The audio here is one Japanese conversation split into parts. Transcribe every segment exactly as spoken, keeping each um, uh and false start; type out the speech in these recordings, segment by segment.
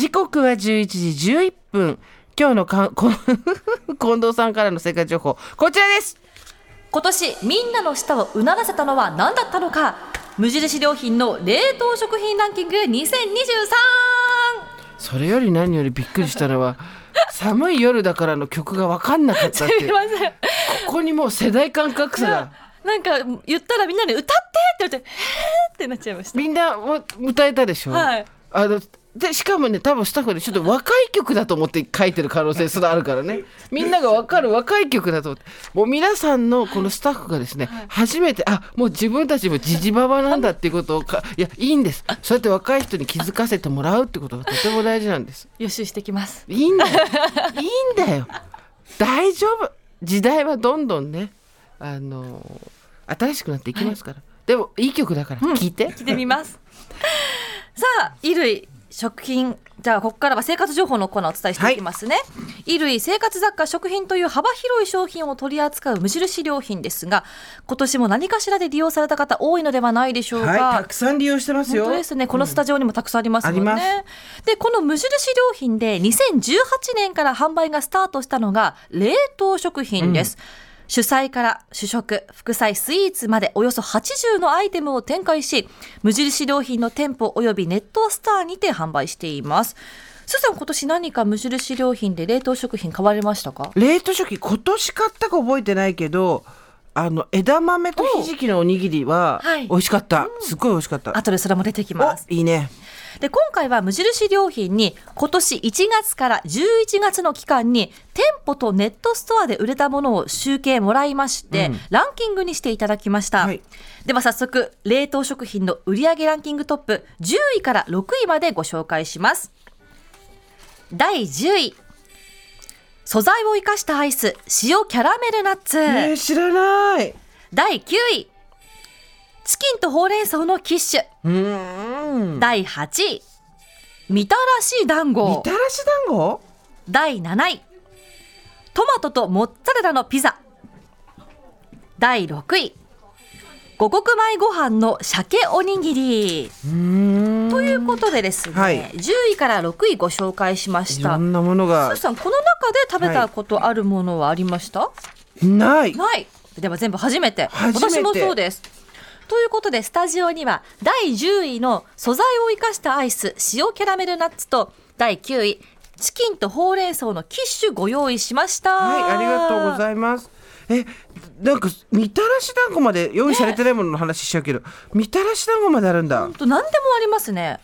時刻はじゅういちじじゅういっぷん。今日のかこ近藤さんからの生活情報、こちらです。 今年みんなの舌をうならせたのは何だったのか。無印良品の冷凍食品ランキングにせんにじゅうさん。 それより何よりびっくりしたのは寒い夜だからの曲が分かんなかったってすいません。 ここにもう世代間格差がなんか言ったらみんなで歌ってって言ってへーってなっちゃいました。 みんな歌えたでしょ、 はい、 あのでしかもね、多分スタッフでちょっと若い曲だと思って書いてる可能性すらあるからねみんなが分かる若い曲だと思って、もう皆さんのこのスタッフがですね、はい、初めてあもう自分たちもジジババなんだっていうことをかいやいいんです、そうやって若い人に気づかせてもらうってことがとても大事なんです。 予習してきます。 いいんだよいいんだよ大丈夫、時代はどんどんねあの新しくなっていきますから、はい、でもいい曲だから聴いて、うん、 聴いてみますさあ衣類食品、じゃあここからは生活情報のコーナーをお伝えしていきますね、はい、衣類生活雑貨食品という幅広い商品を取り扱う無印良品ですが、今年も何かしらで利用された方多いのではないでしょうか、 はい、たくさん利用してますよ。 本当ですね、このスタジオにもたくさんありますもんね、うん、 あります。 でこの無印良品でにせんじゅうはちねんから販売がスタートしたのが冷凍食品です、うん、主菜から主食、副菜、スイーツまでおよそはちじゅうのアイテムを展開し、無印良品の店舗およびネットスターにて販売しています。スーさん、今年何か無印良品で冷凍食品買われましたか？ 冷凍食品今年買ったか覚えてないけど、あの枝豆とひじきのおにぎりは美味しかった、はい、すっごい美味しかった。 後でそれも出てきます。 いいね。 で今回は無印良品に今年いちがつからじゅういちがつの期間に店舗とネットストアで売れたものを集計もらいまして、うん、ランキングにしていただきました、はい、では早速冷凍食品の売上ランキングトップじゅういからろくいまでご紹介します。だいじゅうい、素材を生かしたアイス塩キャラメルナッツ、 えー、知らない。 だいきゅうい、チキンとほうれん草のキッシュ。 うーん。 だいはちい、みたらし団子。 みたらし団子。 だいなない、トマトとモッツァレラのピザ。だいろくい、五穀米ご飯の鮭おにぎり。うーんということでですね、はい、じゅういからろくいご紹介しました。 いろんなものが。 スーさん、この中で食べたことあるものはありました？はい、ないないでは全部初めて。 初めて。 私もそうです。ということでスタジオにはだいじゅういの素材を生かしたアイス塩キャラメルナッツとだいきゅういチキンとほうれん草のキッシュご用意しました。 はい、ありがとうございます。え、なんかみたらし団子まで用意されてないものの話しちゃうけど、みたらし団子まであるんだ。 本当何でもありますね。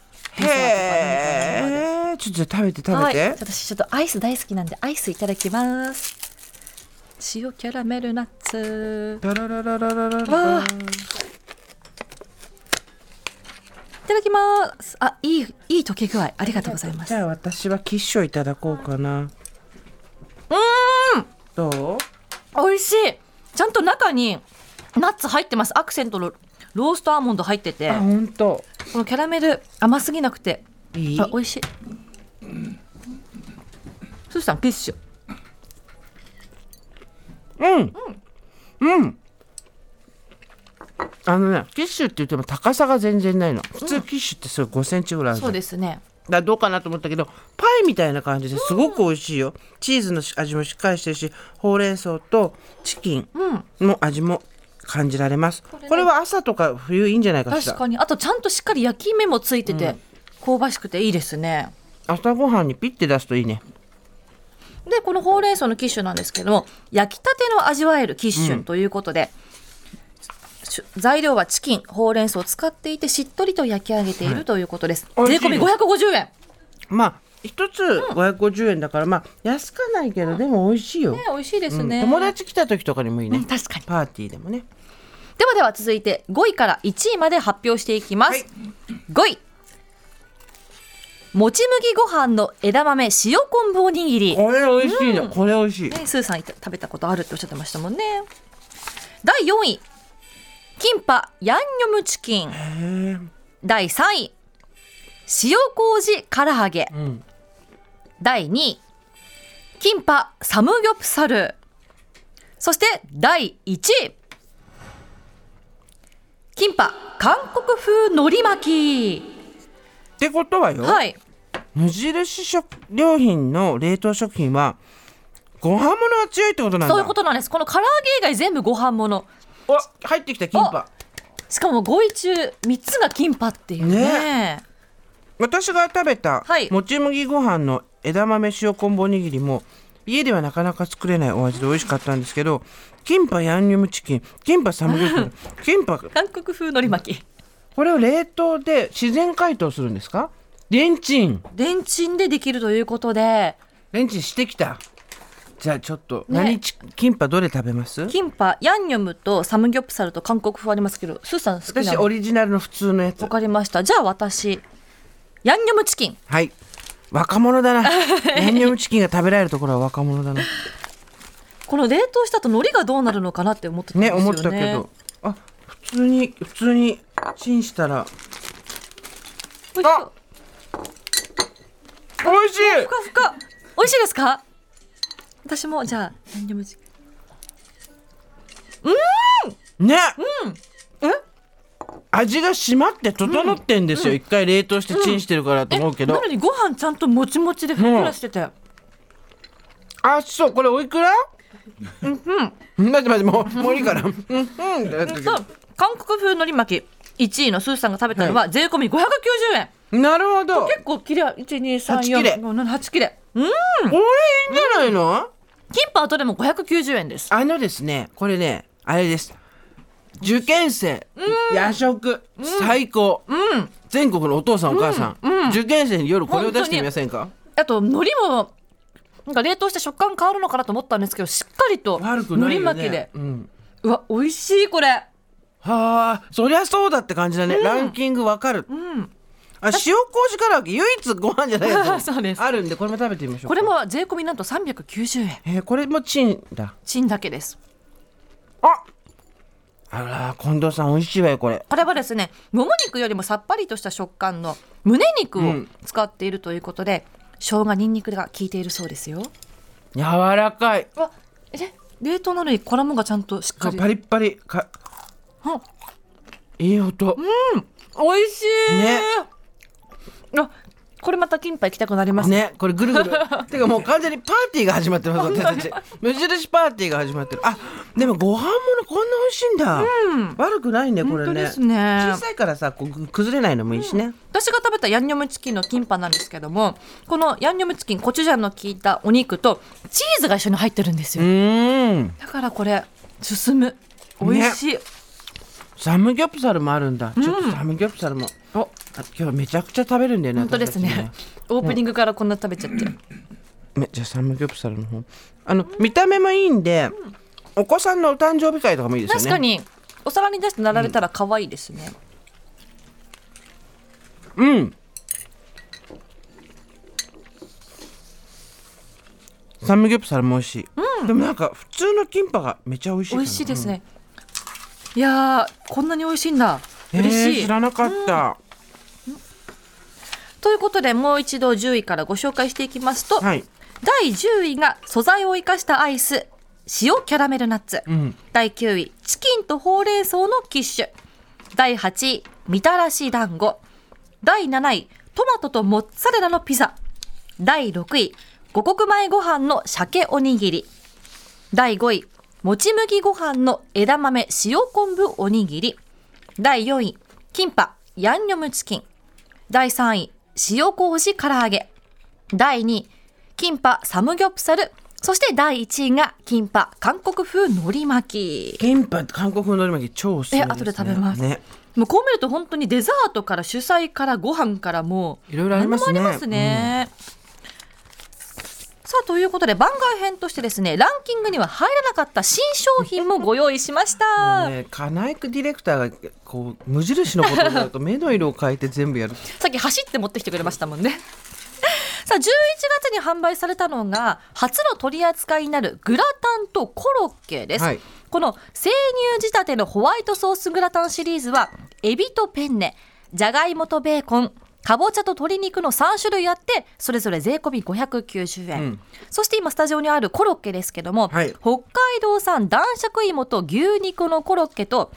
へー、ちょっとじゃあ食べて食べて、はい、 私ちょっとアイス大好きなんでアイスいただきます。塩キャラメルナッツ。 ララララララララ。 いただきます。あ、いいいい溶け具合ありがとうございます。 じゃあ私はキッシュをいただこうかな。 うーん、 どう？ 美味しい。ちゃんと中にナッツ入ってます。アクセントのローストアーモンド入ってて。 あ、本当。 このキャラメル甘すぎなくていい。 あ、美味しい。スーさんキッシュ。 うんうんうん。あのね、キッシュって言っても高さが全然ないの。普通キッシュってそれごセンチぐらいある、 そうですね。 だどうかなと思ったけど、パイみたいな感じですごく美味しいよ、うん、チーズの味もしっかりしてるし、ほうれん草とチキンの味も感じられます、うん、これね、これは朝とか冬いいんじゃないかしら。 確かに。あとちゃんとしっかり焼き目もついてて、うん、香ばしくていいですね。 朝ごはんにピッて出すといいね。 でこのほうれん草のキッシュなんですけども、焼きたての味わえるキッシュということで、うん、材料はチキン、ほうれん草を使っていてしっとりと焼き上げているということです、はい、税込みごひゃくごじゅうえん。 まあ一つごひゃくごじゅうえんだから、まあ安かないけど、うん、でも美味しいよ、ね、 美味しいですね、 うん、友達来た時とかにもいいね、 うん、確かに。 パーティーでもね。 ではでは続いてごいからいちいまで発表していきます、はい、ごい、もち麦ご飯の枝豆塩昆布おにぎり。 これ美味しいの、うん、これ美味しい、 ね、スーさん食べたことあるっておっしゃってましたもんね。だいよんい、キンパヤンニョムチキン。 へだいさんい、塩麹唐揚げ、うん、だいにい、キンパサムギョプサル。そしてだいいちい、キンパ韓国風海苔巻きってことはよ、 はい、 無印食料品の冷凍食品はご飯物が強いってことなんだ。 そういうことなんです。この唐揚げ以外全部ご飯物。 お、入ってきたキンパ。 しかもごい中みっつがキンパっていうね。ね、 私が食べた、 はい、 もち麦ご飯の枝豆塩昆布おにぎりも家ではなかなか作れないお味で美味しかったんですけど、キンパヤンニョムチキン、キンパサムギョプサル、キンパ韓国風海苔巻き、 これを冷凍で自然解凍するんですか？レンチンレンチンでできるということで、 レンチンしてきた。じゃあちょっと、ね、何キンパどれ食べます？ キンパヤンニョムとサムギョプサルと韓国風ありますけど、スーさん好きなの？ 私オリジナルの普通のやつ。 わかりました。じゃあ私ヤンニョムチキン。 はい、若者だなヤンニョムチキンが食べられるところは若者だなこの冷凍した後海苔がどうなるのかなって思ってたんですよね。 ね、思ったけど、あ、普通に普通にチンしたらおいしそう。 おいしい。 ふかふか。おいしいですか？私もじゃあヤンニョムチキン。うーんね、 うん、え味が締まって整ってんですよ、うん、一回冷凍してチンしてるからと思うけど、 なのにご飯ちゃんともちもちでふっくらしてて、うん、 あ、そう、これおいくら？ うんうん、 待って待って、もうもういいからうんうん、 韓国風海苔巻きいちいのスーさんが食べたのは税込みごひゃくきゅうじゅうえん。 なるほど。 結構切れ、いち、に、さん、よん、ご、なな、はち切れ。うん。これいいんじゃないの？ キンパ後でもごひゃくきゅうじゅうえんです。 あのですね、これね、あれです。受験生、夜食、最高、うん、全国のお父さんお母さん、うんうん、受験生に夜これを出してみませんか？あと海苔もなんか冷凍して食感変わるのかなと思ったんですけど、しっかりと海苔巻きで、うん、うわ、美味しいこれ。はあ、そりゃそうだって感じだね、うん、ランキングわかる、うん、あ、塩麹唐揚げ唯一ご飯じゃないやつそうですあるんで、これも食べてみましょう。 これも税込みなんとさんびゃくきゅうじゅうえん。 えー、これもチンだ。 チンだけです。 あ、あら、近藤さん美味しいわよこれ。 これはですね、もも肉よりもさっぱりとした食感の胸肉を使っているということで、うん、生姜ニンニクが効いているそうですよ。 柔らかい。 わ、え、冷凍なのに衣がちゃんとしっかりパリッパリか、いい音。 うん、美味しいね。 あ、これまたキンパ行きたくなりますね。これぐるぐるてかもう完全にパーティーが始まってます私たち無印パーティーが始まってる。あ、でもご飯ものこんな美味しいんだ、うん、悪くないねこれね。 本当ですね。 小さいからさ、こう崩れないのもいいしね、うん、 私が食べたヤンニョムチキンのキンパなんですけども、このヤンニョムチキンコチュジャンの効いたお肉とチーズが一緒に入ってるんですよ。うーん、だからこれ進む、美味しい、ね、 サムギョプサルもあるんだ、うん、ちょっとサムギョプサルも、お、今日めちゃくちゃ食べるんだよね。 本当ですね、オープニングからこんな食べちゃって、 うん、じゃあサムギョプサルの方、あの見た目もいいんで、うん、お子さんのお誕生日会とかもいいですよね。 確かにお皿に出して並べたら可愛いですね。 うん、うん、サムギョプサルも美味しい、うん、でもなんか普通のキンパがめちゃ美味しい。 美味しいですね、うん、いやー、こんなに美味しいんだ、嬉しい、 えー、知らなかった、 うん、ということでもう一度じゅういからご紹介していきますと、はい、だいじゅういが素材を生かしたアイス塩キャラメルナッツ、うん、だいきゅういチキンとほうれん草のキッシュ、だいはちいみたらし団子、だいなないトマトとモッツァレラのピザ、だいろくい五穀米ご飯の鮭おにぎり、だいごいもち麦ご飯の枝豆塩昆布おにぎり、だいよんいキンパヤンニョムチキン、だいさんい塩麹唐揚げ、だいにいキンパサムギョプサル、そしてだいいちいがキンパ韓国風海苔巻き。 キンパ韓国風海苔巻き超おすすめですね。 え、後で食べます、ね、もうこう見ると本当にデザートから主菜からご飯からもういろいろありますね。 何もありますね、うん、さあということで番外編としてですね、ランキングには入らなかった新商品もご用意しましたね、カナイクディレクターがこう無印のことになると目の色を変えて全部やるさっき走って持ってきてくれましたもんねさあじゅういちがつに販売されたのが初の取り扱いになるグラタンとコロッケです、はい、この生乳仕立てのホワイトソースグラタンシリーズはエビとペンネ、じゃがいもとベーコン、かぼちゃと鶏肉のさんしゅるいあってそれぞれ税込みごひゃくきゅうじゅうえん、うん、そして今スタジオにあるコロッケですけども、はい、北海道産男爵芋と牛肉のコロッケと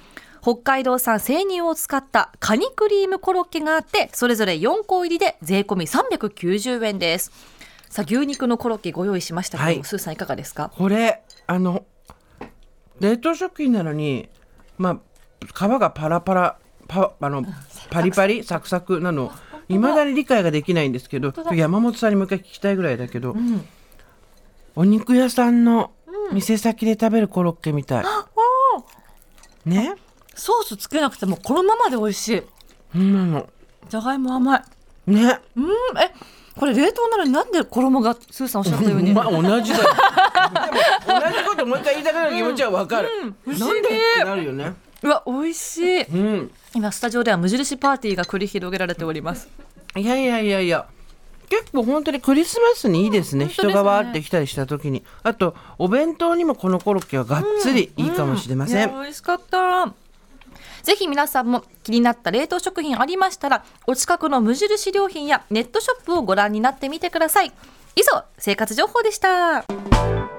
北海道産生乳を使ったカニクリームコロッケがあって、それぞれよんこ入りで税込みさんびゃくきゅうじゅうえんです。さあ牛肉のコロッケご用意しましたけども、はい、スーさんいかがですか？ これあの冷凍食品なのに、まあ、皮がパラパラ パ, あのパリパリサクサクなのいまだに理解ができないんですけど、山本さんにもう一回聞きたいぐらいだけど、うん、お肉屋さんの店先で食べるコロッケみたい、うん、ね、 ソースつけなくてもこのままで美味しい。 うんのじゃがいも甘いね。 うん、えこれ冷凍なのになんで衣がスーさんおっしゃったように、 まあ、同じだよでも同じこともう一回言いたくなる気持ちは分かる、うんうん、なんでってなるよね。 うわ美味しい、 うん、 今スタジオでは無印パーティーが繰り広げられております。 いやいやいやいや結構本当にクリスマスにいいですね、うん、人がわーって来たりした時に。あとお弁当にもこのコロッケはがっつりいいかもしれません、 うんうん、いや美味しかった。ぜひ皆さんも気になった冷凍食品ありましたら、お近くの無印良品やネットショップをご覧になってみてください。以上、生活情報でした。